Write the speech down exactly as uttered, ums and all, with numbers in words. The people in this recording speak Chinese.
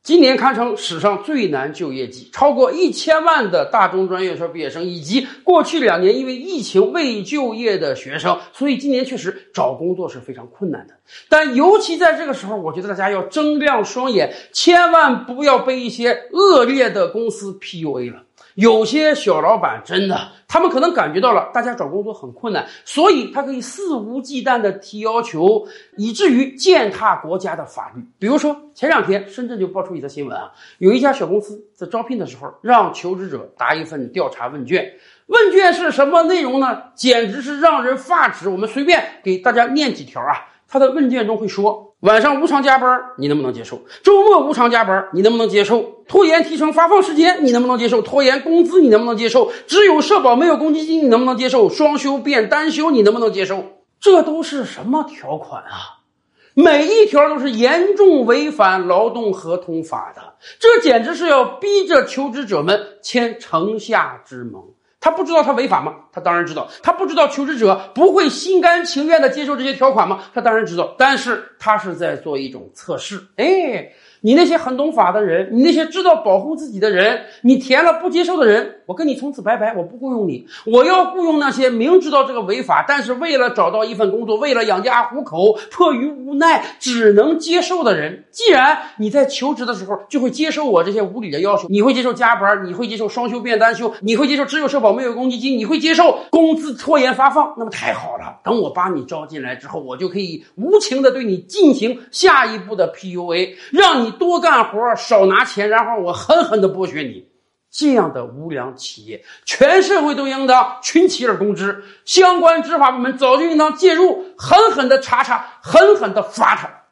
今年堪称史上最难就业季，超过一千万的大中专院校毕业生，以及过去两年因为疫情未就业的学生，所以今年确实找工作是非常困难的。但尤其在这个时候，我觉得大家要睁亮双眼，千万不要被一些恶劣的公司 P U A 了。有些小老板真的，他们可能感觉到了大家找工作很困难，所以他可以肆无忌惮的提要求，以至于践踏国家的法律。比如说前两天深圳就爆出一则新闻啊，有一家小公司在招聘的时候让求职者答一份调查问卷，问卷是什么内容呢？简直是让人发指。我们随便给大家念几条啊。他的问卷中会说，晚上无偿加班你能不能接受？周末无偿加班你能不能接受？拖延提成发放时间你能不能接受？拖延工资你能不能接受？只有社保没有公积金你能不能接受？双休变单休你能不能接受？这都是什么条款啊？每一条都是严重违反劳动合同法的，这简直是要逼着求职者们签城下之盟。他不知道他违法吗？他当然知道。他不知道求职者不会心甘情愿的接受这些条款吗？他当然知道。但是他是在做一种测试。哎，你那些很懂法的人，你那些知道保护自己的人，你填了不接受的人，我跟你从此拜拜，我不雇佣你。我要雇佣那些明知道这个违法，但是为了找到一份工作，为了养家糊口，迫于无奈只能接受的人。既然你在求职的时候就会接受我这些无理的要求，你会接受加班，你会接受双休变单休，你会接受只有社保没有公积金，你会接受工资拖延发放，那么太好了。等我把你招进来之后，我就可以无情的对你进行下一步的 P U A， 让你多干活少拿钱，然后我狠狠的剥削你。这样的无良企业，全社会都应当群起而攻之，相关执法部门早就应当介入，狠狠的查查，狠狠的罚他。